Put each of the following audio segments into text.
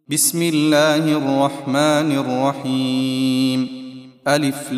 بسم الله الرحمن الرحيم. ألف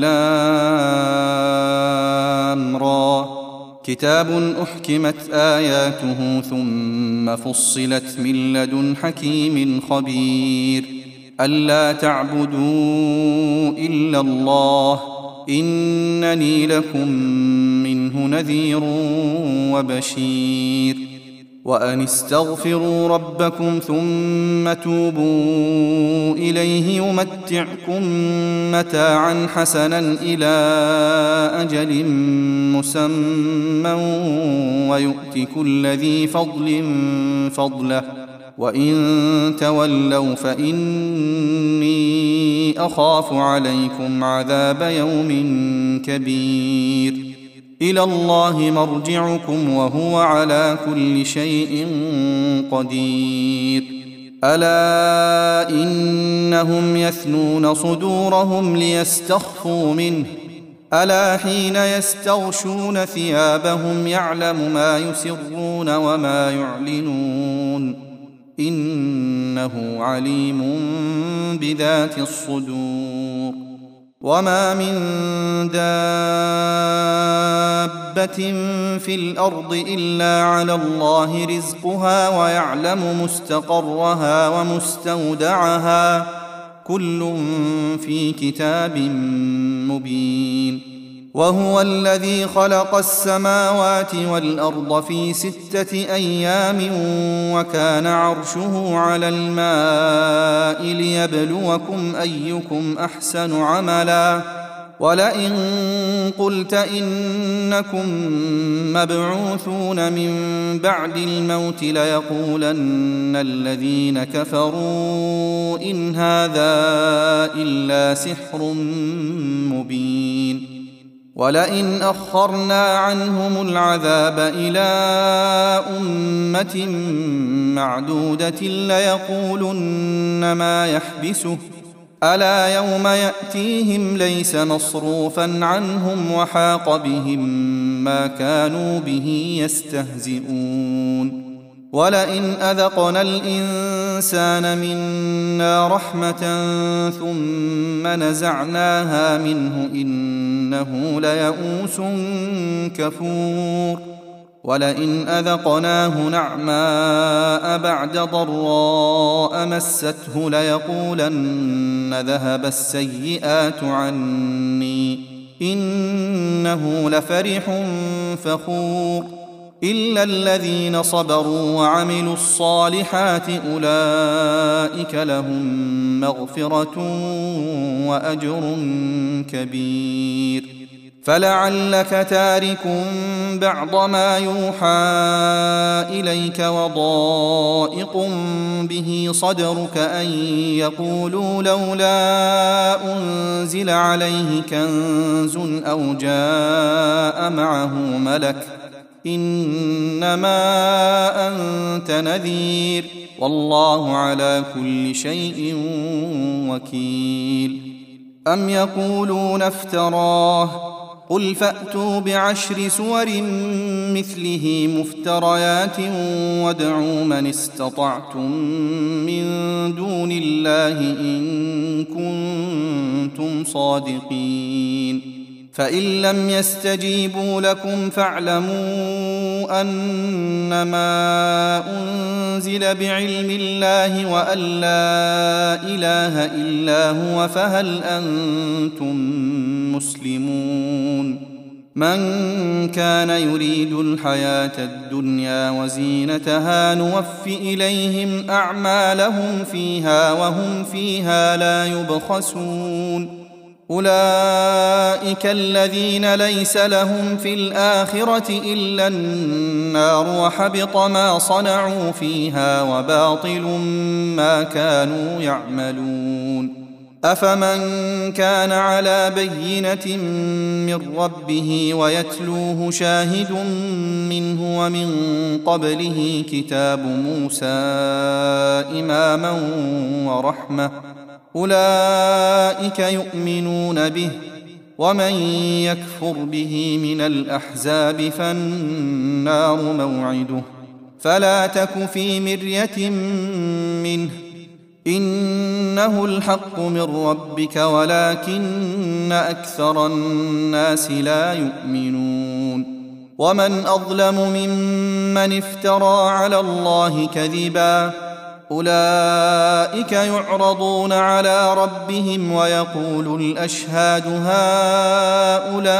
لام را. كتاب أحكمت آياته ثم فصلت من لدن حكيم خبير. ألا تعبدوا إلا الله إنني لكم منه نذير وبشير. وأن استغفروا ربكم ثم توبوا إليه يمتعكم متاعا حسنا إلى أجل مسمى ويؤت كل ذي فضل فضله وإن تولوا فإني أخاف عليكم عذاب يوم كبير. إلى الله مرجعكم وهو على كل شيء قدير. ألا إنهم يثنون صدورهم ليستخفوا منه ألا حين يستغشون ثيابهم يعلم ما يسرون وما يعلنون إنه عليم بذات الصدور. وما من دابة في الأرض إلا على الله رزقها ويعلم مستقرها ومستودعها كل في كتاب مبين. وهو الذي خلق السماوات والأرض في 6 أيام وكان عرشه على الماء ليبلوكم أيكم أحسن عملا. ولئن قلت إنكم مبعوثون من بعد الموت ليقولن الذين كفروا إن هذا إلا سحر مبين. ولئن أخرنا عنهم العذاب إلى أمة معدودة ليقولن ما يحبسه ألا يوم يأتيهم ليس مصروفا عنهم وحاق بهم ما كانوا به يستهزئون. ولئن أذقنا الإنسان منا رحمة ثم نزعناها منه إنه ليئوس كفور. ولئن أذقناه نعماء بعد ضراء مسته ليقولن ذهب السيئات عني إنه لفرح فخور. إلا الذين صبروا وعملوا الصالحات أولئك لهم مغفرة وأجر كبير. فلعلك تارك بعض ما يوحى إليك وضائق به صدرك أن يقولوا لولا أنزل عليه كنز أو جاء معه ملك إنما أنت نذير والله على كل شيء وكيل. أم يقولون افتراه قل فأتوا ب10 سور مثله مفتريات وادعوا من استطعتم من دون الله إن كنتم صادقين. فإن لم يستجيبوا لكم فاعلموا أنما أنزل بعلم الله وأن لا إله إلا هو فهل أنتم مسلمون. من كان يريد الحياة الدنيا وزينتها نوف إليهم أعمالهم فيها وهم فيها لا يبخسون. أولئك الذين ليس لهم في الآخرة إلا النار وحبط ما صنعوا فيها وباطل ما كانوا يعملون. أفمن كان على بينة من ربه ويتلوه شاهد منه ومن قبله كتاب موسى إماما ورحمة أولئك يؤمنون به. ومن يكفر به من الأحزاب فالنار موعده فلا تك في مرية منه إنه الحق من ربك ولكن أكثر الناس لا يؤمنون ومن أظلم ممن افترى على الله كذبا أولئك يعرضون على ربهم ويقول الأشهاد هؤلاء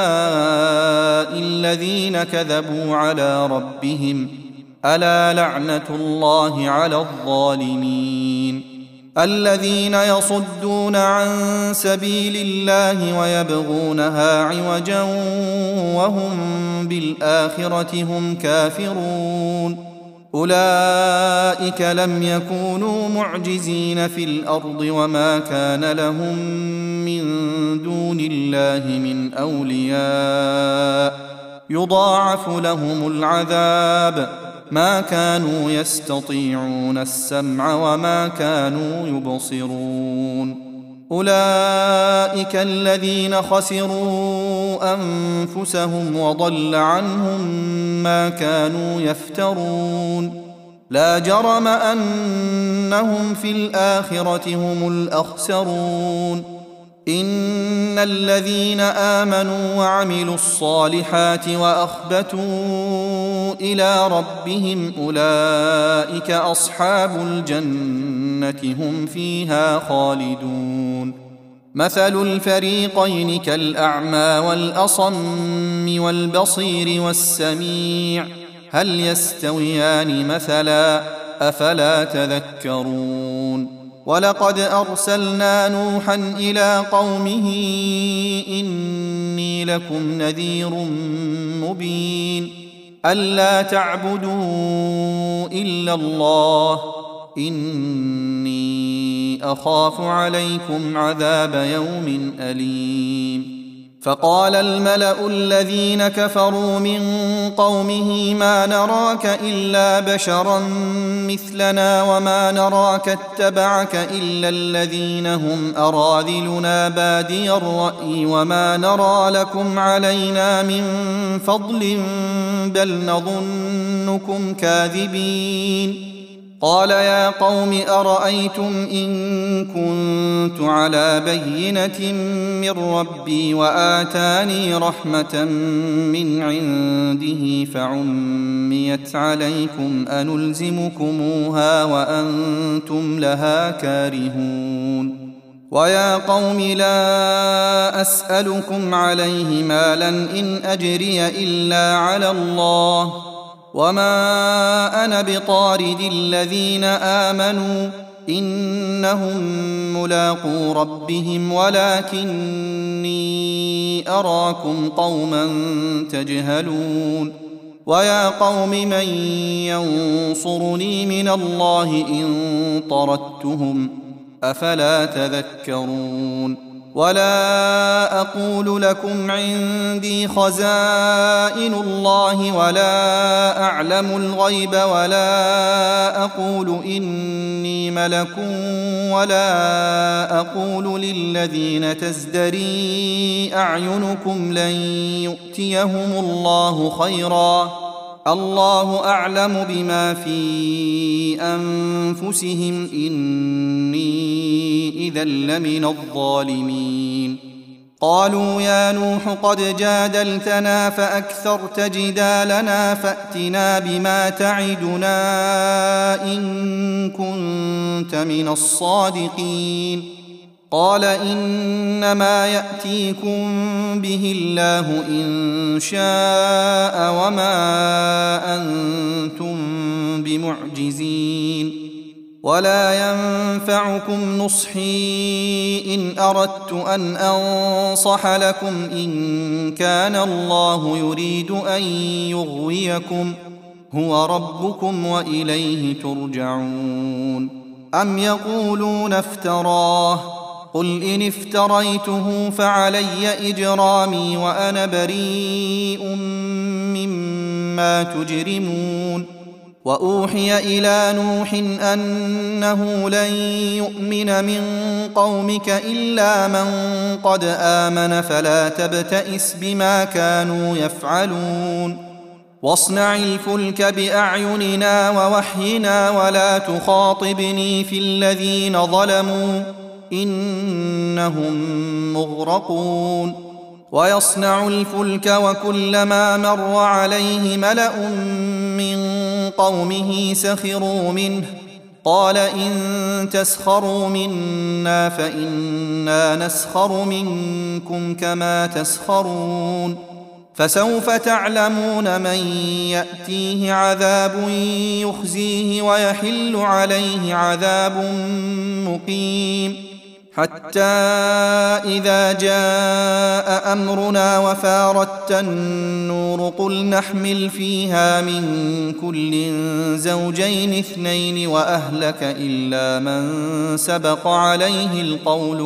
الذين كذبوا على ربهم ألا لعنة الله على الظالمين الذين يصدون عن سبيل الله ويبغونها عوجا وهم بالآخرة هم كافرون أولئك لم يكونوا معجزين في الأرض وما كان لهم من دون الله من أولياء يضاعف لهم العذاب ما كانوا يستطيعون السمع وما كانوا يبصرون أولئك الذين خسروا أنفسهم وضل عنهم ما كانوا يفترون لا جرم أنهم في الآخرة هم الأخسرون إن الذين آمنوا وعملوا الصالحات وأخبتوا إلى ربهم أولئك أصحاب الجنة هم فيها خالدون مثل الفريقين كالأعمى والأصم والبصير والسميع هل يستويان مثلا أفلا تذكرون ولقد أرسلنا نوحا إلى قومه إني لكم نذير مبين ألا تعبدوا إلا الله إني أخاف عليكم عذاب يوم أليم فقال الملأ الذين كفروا من قومه ما نراك إلا بشرا مثلنا وما نراك اتبعك إلا الذين هم أراذلنا بادي الرأي وما نرى لكم علينا من فضل بل نظنكم كاذبين قال يا قوم أرأيتم إن كنت على بينة من ربي وآتاني رحمة من عنده فعميت عليكم أنلزمكموها وأنتم لها كارهون ويا قوم لا أسألكم عليه مالا إن أجري إلا على الله وما أنا بطارد الذين آمنوا إنهم ملاقو ربهم ولكني أراكم قوما تجهلون ويا قوم من ينصرني من الله إن طردتهم أفلا تذكرون ولا أقول لكم عندي خزائن الله ولا أعلم الغيب ولا أقول إني ملك ولا أقول للذين تزدري أعينكم لن يؤتيهم الله خيرا الله أعلم بما في أنفسهم إني إذا لمن الظالمين قالوا يا نوح قد جادلتنا فأكثرت جدالنا فأتنا بما تعدنا إن كنت من الصادقين قال إنما يأتيكم به الله إن شاء وما أنتم بمعجزين ولا ينفعكم نصحي إن أردت أن أنصح لكم إن كان الله يريد أن يغويكم هو ربكم وإليه ترجعون أم يقولون افتراه قل إن افتريته فعلي إجرامي وأنا بريء مما تجرمون وأوحي إلى نوح أنه لن يؤمن من قومك إلا من قد آمن فلا تبتئس بما كانوا يفعلون واصنع الفلك بأعيننا ووحينا ولا تخاطبني في الذين ظلموا إنهم مغرقون ويصنع الفلك وكلما مر عليه ملأ من قومه سخروا منه قال إن تسخروا منا فإنا نسخر منكم كما تسخرون فسوف تعلمون من يأتيه عذاب يخزيه ويحل عليه عذاب مقيم حتى إذا جاء أمرنا وفارت النور قل نحمل فيها من كل زوجين اثنين وأهلك إلا من سبق عليه القول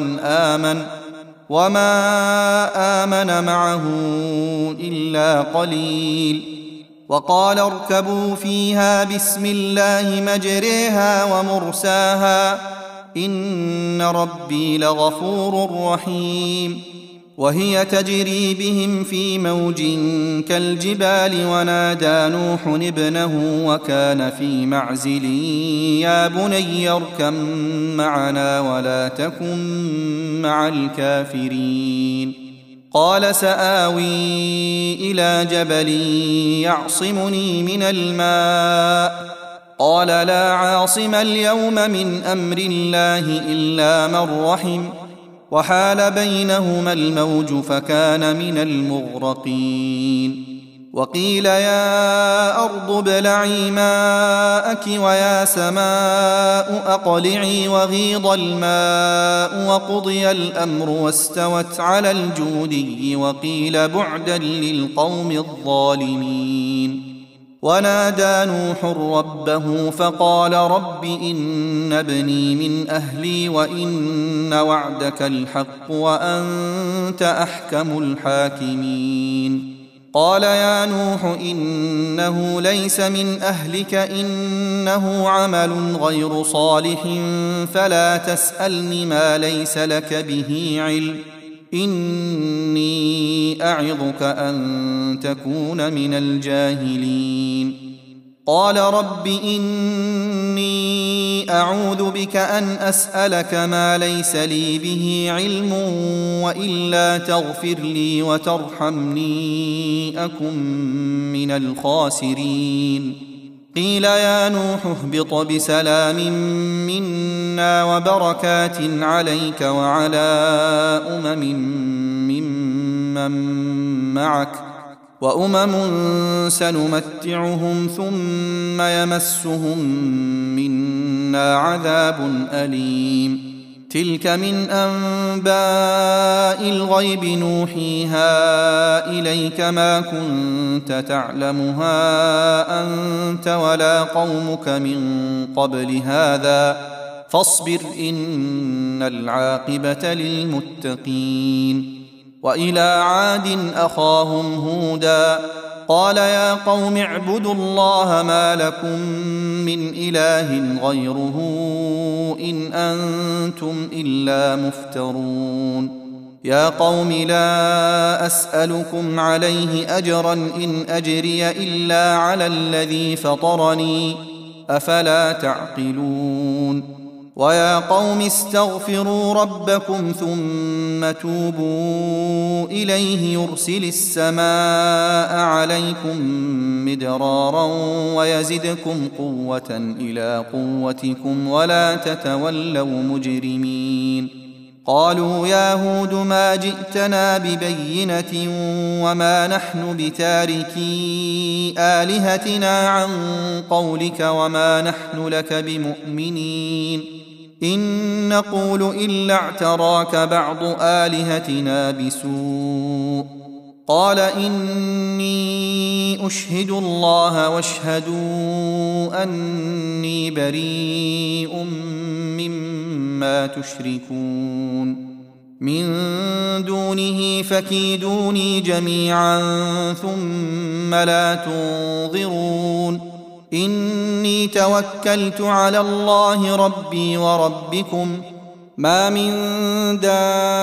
وما آمن معه إلا قليل وقال اركبوا فيها بسم الله مجريها ومرساها إن ربي لغفور رحيم وهي تجري بهم في موج كالجبال ونادى نوح ابنه وكان في معزل يا بني اركب معنا ولا تكن مع الكافرين قال سآوي إلى جبل يعصمني من الماء قال لا عاصم اليوم من أمر الله إلا من رحم وحال بينهما الموج فكان من المغرقين وقيل يا أرض ابلعي ماءك ويا سماء أقلعي وغيض الماء وقضي الأمر واستوت على الجودي وقيل بعدا للقوم الظالمين ونادى نوح ربه فقال رب إن ابني من أهلي وإن وعدك الحق وأنت أحكم الحاكمين قال يا نوح إنه ليس من أهلك إنه عمل غير صالح فلا تسألني ما ليس لك به علم إني أعظك أن تكون من الجاهلين قال رب إني أعوذ بك أن أسألك ما ليس لي به علم وإلا تغفر لي وترحمني أكن من الخاسرين قيل يا نوح اهبط بسلام منا وبركات عليك وعلى ممن معك وأمم سنمتعهم ثم يمسهم منا عذاب أليم تلك من أنباء الغيب نوحيها إليك ما كنت تعلمها أنت ولا قومك من قبل هذا فاصبر إن العاقبة للمتقين وإلى عاد أخاهم هودا قال يا قوم اعبدوا الله ما لكم من إله غيره إن أنتم إلا مفترون يا قوم لا أسألكم عليه أجرا إن أجري إلا على الذي فطرني أفلا تعقلون ويا قوم استغفروا ربكم ثم توبوا إليه يرسل السماء عليكم مدرارا ويزدكم قوة إلى قوتكم ولا تتولوا مجرمين قالوا يا هود ما جئتنا ببينة وما نحن بتاركي آلهتنا عن قولك وما نحن لك بمؤمنين إن نقول إلا اعتراك بعض آلهتنا بسوء قال إني أشهد الله واشهدوا أني بريء مما تشركون من دونه فكيدوني جميعا ثم لا تنظرون إني توكلت على الله ربي وربكم ما من دابة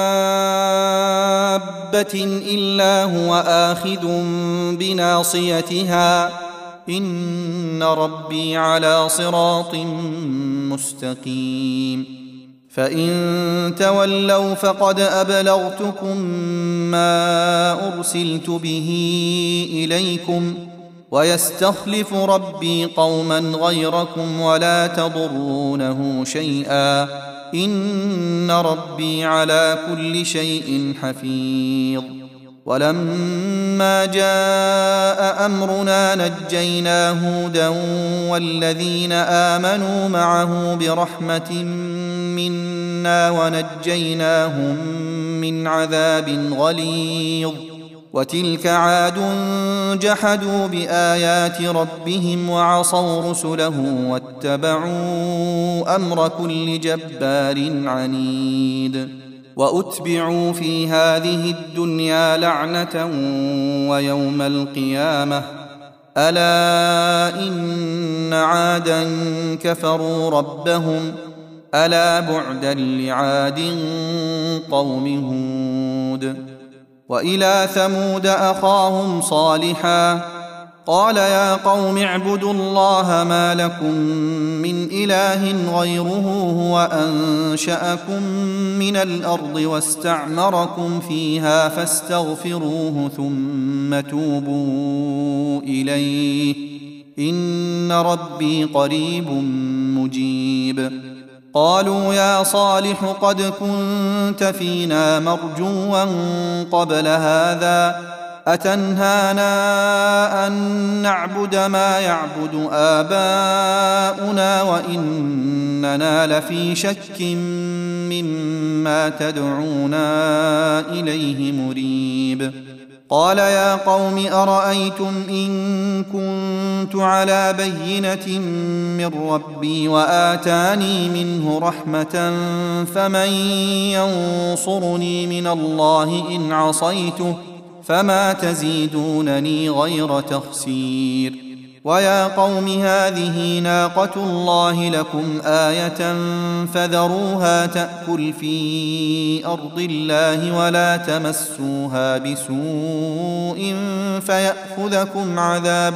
إلا هو آخذ بناصيتها إن ربي على صراط مستقيم فإن تولوا فقد أبلغتكم ما أرسلت به إليكم ويستخلف ربي قوما غيركم ولا تضرونه شيئا إن ربي على كل شيء حفيظ ولما جاء أمرنا نجينا هودا والذين آمنوا معه برحمة منا ونجيناهم من عذاب غليظ وتلك عاد جحدوا بآيات ربهم وعصوا رسله واتبعوا أمر كل جبار عنيد وأتبعوا في هذه الدنيا لعنة ويوم القيامة ألا إن عادا كفروا ربهم ألا بعدا لعاد قوم هود وإلى ثمود أخاهم صالحا قال يا قوم اعبدوا الله ما لكم من إله غيره هو أنشأكم من الأرض واستعمركم فيها فاستغفروه ثم توبوا إليه إن ربي قريب مجيب قالوا يا صالح قد كنت فينا مرجوا قبل هذا أتنهانا أن نعبد ما يعبد آباؤنا وإننا لفي شك مما تدعونا إليه مريب قال يا قوم أرأيتم إن كنت على بينة من ربي وآتاني منه رحمة فمن ينصرني من الله إن عصيته فما تزيدونني غير تخسير ويا قوم هذه ناقة الله لكم آية فذروها تأكل في أرض الله ولا تمسوها بسوء فيأخذكم عذاب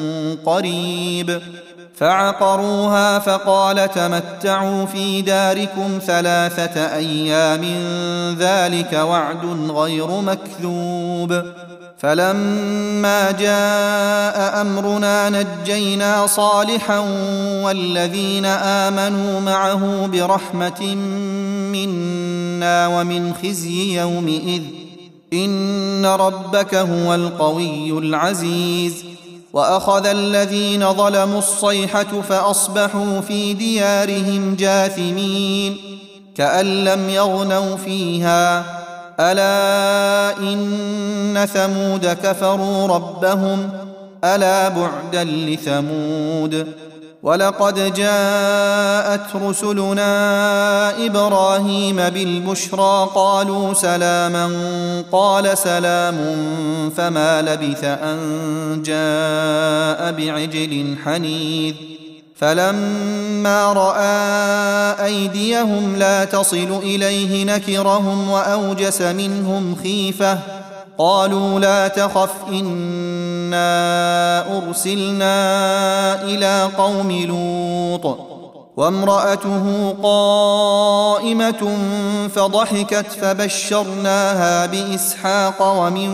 قريب فعقروها فقال تمتعوا في داركم 3 أيام ذلك وعد غير مكذوب فلما جاء أمرنا نجينا صالحا والذين آمنوا معه برحمة منا ومن خزي يومئذ إن ربك هو القوي العزيز وأخذ الذين ظلموا الصيحة فأصبحوا في ديارهم جاثمين كأن لم يغنوا فيها ألا إن ثمود كفروا ربهم ألا بعدا لثمود ولقد جاءت رسلنا إبراهيم بالبشرى قالوا سلاما قال سلام فما لبث أن جاء بعجل حنيذ فلما رأى أيديهم لا تصل إليه نكرهم وأوجس منهم خيفة قالوا لا تخف إنا أرسلنا إلى قوم لوط وامرأته قائمة فضحكت فبشرناها بإسحاق ومن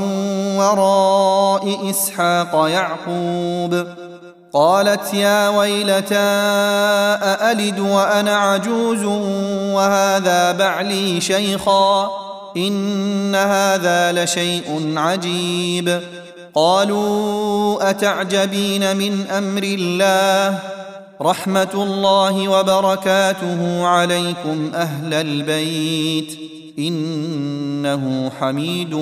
وراء إسحاق يعقوب قالت يا ويلتى أألد وأنا عجوز وهذا بعلي شيخا إن هذا لشيء عجيب قالوا أتعجبين من أمر الله رحمة الله وبركاته عليكم أهل البيت إنه حميد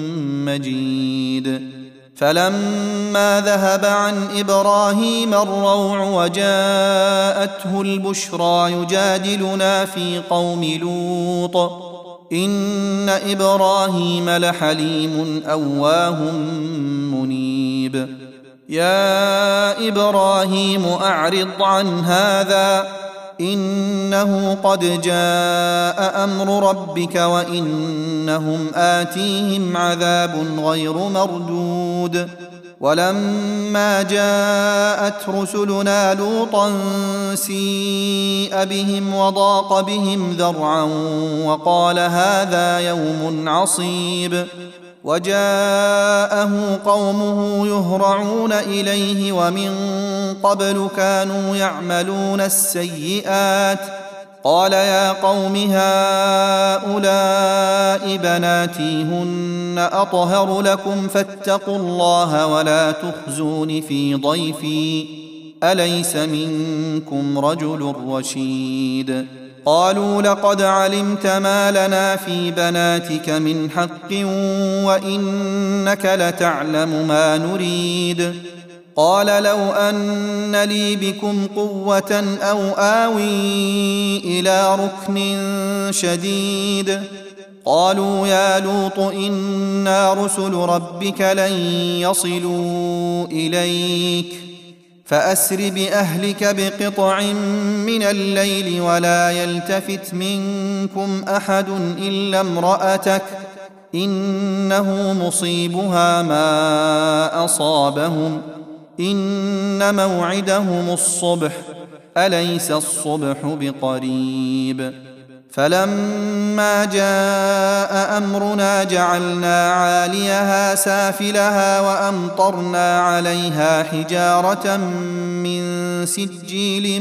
مجيد فلما ذهب عن إبراهيم الروع وجاءته البشرى يجادلنا في قوم لوط إن إبراهيم لحليم أواه منيب يا إبراهيم أعرض عن هذا إنه قد جاء أمر ربك وإنهم آتيهم عذاب غير مردود. ولما جاءت رسلنا لوطا سيء بهم وضاق بهم ذرعا وقال هذا يوم عصيب. وجاءه قومه يهرعون إليه ومن قبل كانوا يعملون السيئات. قال يا قوم هؤلاء بناتي هن أطهر لكم فاتقوا الله ولا تخزون في ضيفي أليس منكم رجل رشيد. قالوا لقد علمت ما لنا في بناتك من حق وإنك لتعلم ما نريد. قال لو أن لي بكم قوة أو آوي إلى ركن شديد. قالوا يا لوط إنا رسل ربك لن يصلوا إليك فأسر بأهلك بقطع من الليل ولا يلتفت منكم أحد إلا امرأتك إنه مصيبها ما أصابهم إن موعدهم الصبح أليس الصبح بقريب. فلما جاء أمرنا جعلنا عاليها سافلها وأمطرنا عليها حجارة من سجيل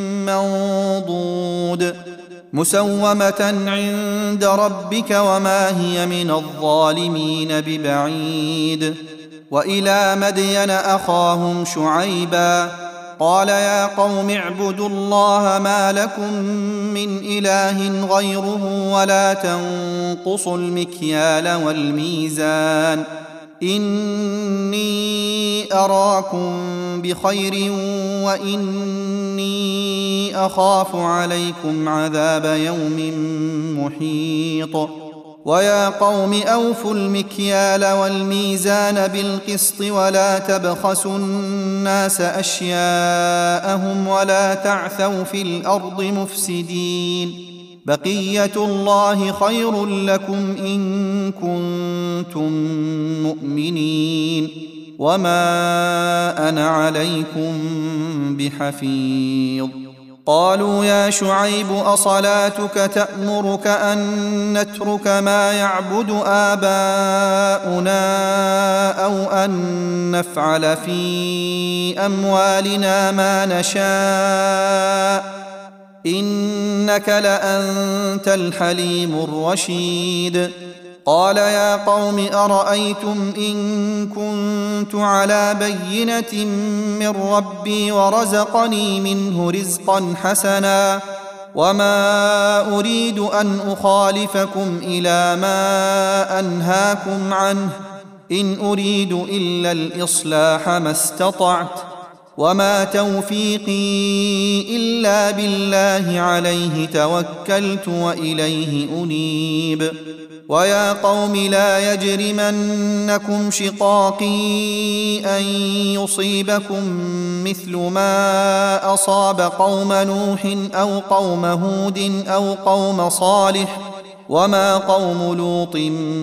منضود مسومة عند ربك وما هي من الظالمين ببعيد. وإلى مدين أخاهم شعيبا قال يا قوم اعبدوا الله ما لكم من إله غيره ولا تنقصوا المكيال والميزان إني أراكم بخير وإني أخاف عليكم عذاب يوم محيط. ويا قوم أوفوا المكيال والميزان بالقسط ولا تبخسوا الناس أشياءهم ولا تعثوا في الأرض مفسدين بقية الله خير لكم إن كنتم مؤمنين وما أنا عليكم بحفيظ. قالوا يا شعيب أصلاتك تأمرك أن نترك ما يعبد آباؤنا أو أن نفعل في أموالنا ما نشاء إنك لأنت الحليم الرشيد. قال يا قوم أرأيتم إن كنت على بينة من ربي ورزقني منه رزقا حسنا وما أريد أن أخالفكم إلى ما أنهاكم عنه إن أريد إلا الإصلاح ما استطعت وما توفيقي إلا بالله عليه توكلت وإليه أنيب. ويا قوم لا يجرمنكم شقاقي أن يصيبكم مثل ما أصاب قوم نوح أو قوم هود أو قوم صالح وما قوم لوط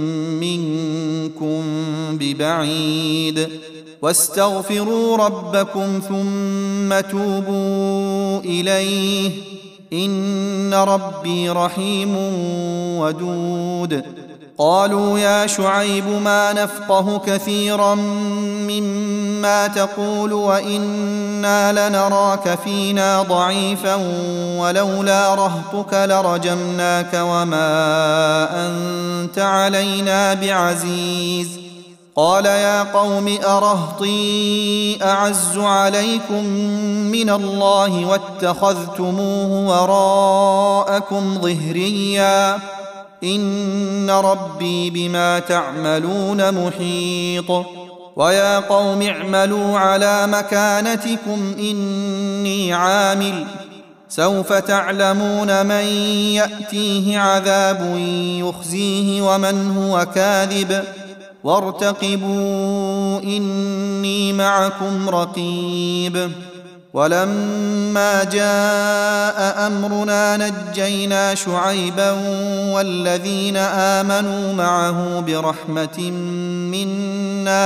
منكم ببعيد. واستغفروا ربكم ثم توبوا إليه إن ربي رحيم ودود. قالوا يا شعيب ما نفقه كثيرا مما تقول وإنا لنراك فينا ضعيفا ولولا رهطك لرجمناك وما أنت علينا بعزيز. قال يا قوم أرهطي أعز عليكم من الله واتخذتموه وراءكم ظهريا إن ربي بما تعملون محيط. ويا قوم اعملوا على مكانتكم إني عامل سوف تعلمون من يأتيه عذاب يخزيه ومن هو كاذب وارتقبوا إني معكم رقيب. ولما جاء أمرنا نجينا شعيبا والذين آمنوا معه برحمة منا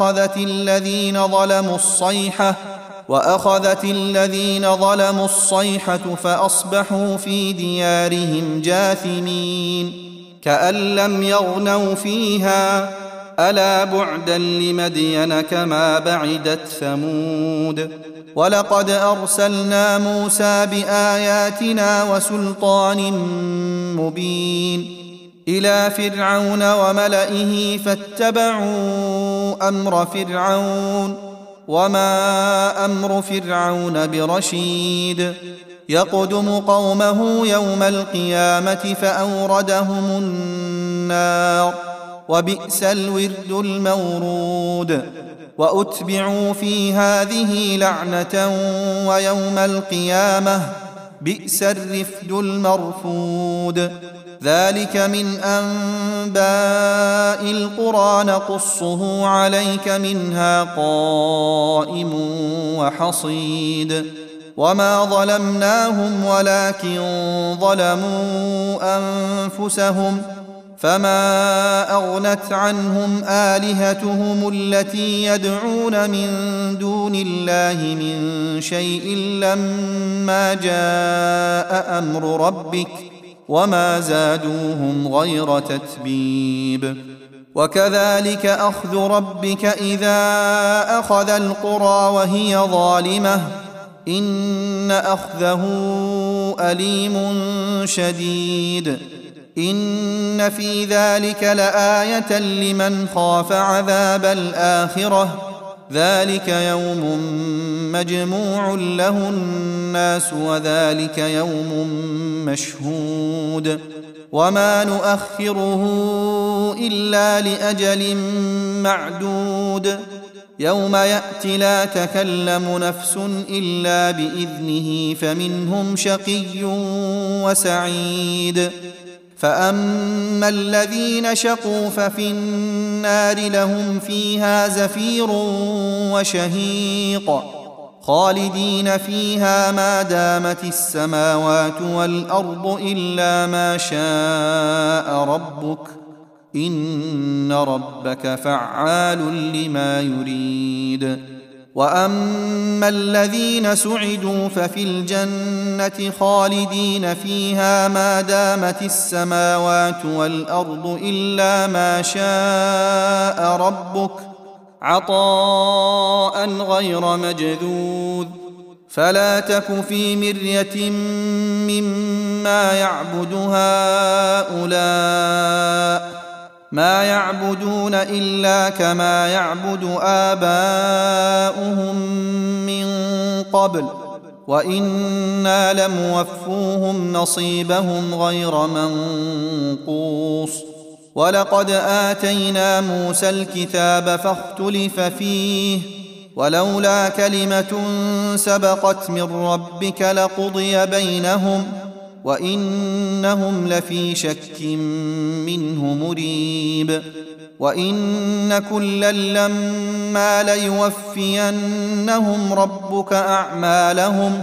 وأخذت الذين ظلموا الصيحة فأصبحوا في ديارهم جاثمين كأن لم يغنوا فيها ألا بعدا لمدين كما بعدت ثمود ولقد أرسلنا موسى بآياتنا وسلطان مبين إلى فرعون وملئه فاتبعوا أمر فرعون وما أمر فرعون برشيد يقدم قومه يوم القيامة فأوردهم النار وبئس الورد المورود وأتبعوا في هذه لعنة ويوم القيامة بئس الرفد المرفود ذلك من أنباء القرى نقصه عليك منها قائم وحصيد وما ظلمناهم ولكن ظلموا أنفسهم فما أغنت عنهم آلهتهم التي يدعون من دون الله من شيء لما جاء أمر ربك وما زادوهم غير تتبيب وكذلك أخذ ربك إذا أخذ القرى وهي ظالمة إن أخذه أليم شديد إن في ذلك لآية لمن خاف عذاب الآخرة ذلك يوم مجموع له الناس وذلك يوم مشهود وما نؤخره إلا لأجل معدود يوم يأتي لا تكلم نفس إلا بإذنه فمنهم شقي وسعيد فأما الذين شقوا ففي النار لهم فيها زفير وشهيق خالدين فيها ما دامت السماوات والأرض إلا ما شاء ربك إن ربك فعال لما يريد وأما الذين سعدوا ففي الجنة خالدين فيها ما دامت السماوات والأرض إلا ما شاء ربك عطاء غير مجذوذ فلا تك في مرية مما يعبد هؤلاء ما يعبدون إلا كما يعبد آباؤهم من قبل وإنا لموفوهم نصيبهم غير منقوص ولقد آتينا موسى الكتاب فاختلف فيه ولولا كلمة سبقت من ربك لقضي بينهم وإنهم لفي شك منه مريب وإن كلا لما ليوفينهم ربك أعمالهم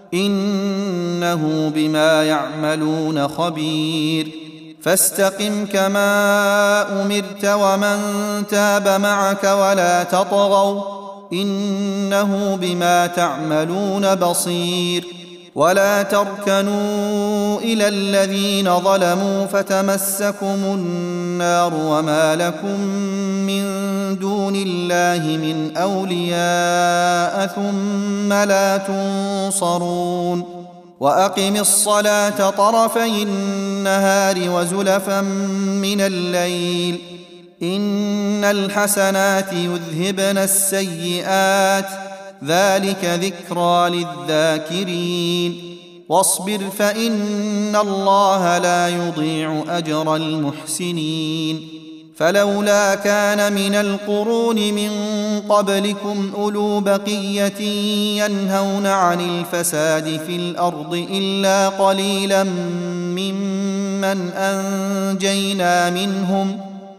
إنه بما يعملون خبير فاستقم كما أمرت ومن تاب معك ولا تطغوا إنه بما تعملون بصير ولا تركنوا إلى الذين ظلموا فتمسكم النار وما لكم من دون الله من أولياء ثم لا تنصرون وأقم الصلاة طرفي النهار وزلفا من الليل إن الحسنات يذهبن السيئات ذلك ذكرى للذاكرين واصبر فإن الله لا يضيع أجر المحسنين فلولا كان من القرون من قبلكم أولو بقية ينهون عن الفساد في الأرض إلا قليلا ممن أنجينا منهم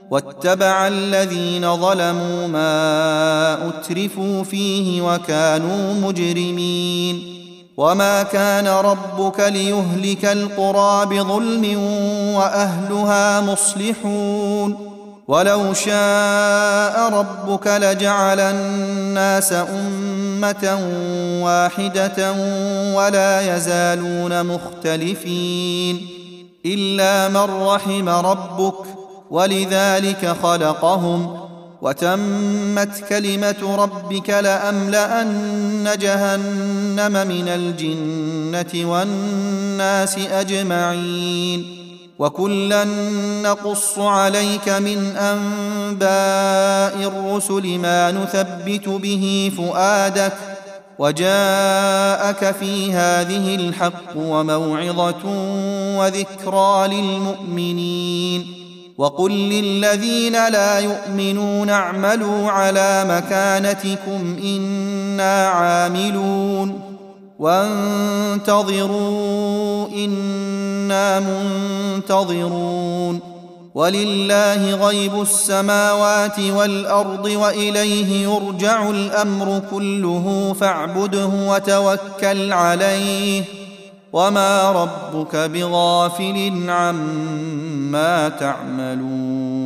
واتبع الذين ظلموا ما أترفوا فيه وكانوا مجرمين. وما كان ربك ليهلك القرى بظلم وأهلها مصلحون. ولو شاء ربك لجعل الناس أمة واحدة ولا يزالون مختلفين إلا من رحم ربك ولذلك خلقهم وتمت كلمة ربك لأملأن جهنم من الجنة والناس أجمعين. وكلا نقص عليك من أنباء الرسل ما نثبت به فؤادك وجاءك في هذه الحق وموعظة وذكرى للمؤمنين. وقل للذين لا يؤمنون اعملوا على مكانتكم إنا عاملون وانتظروا إنا منتظرون. ولله غيب السماوات والأرض وإليه يرجع الأمر كله فاعبده وتوكل عليه وما ربك بغافل عما تعملون.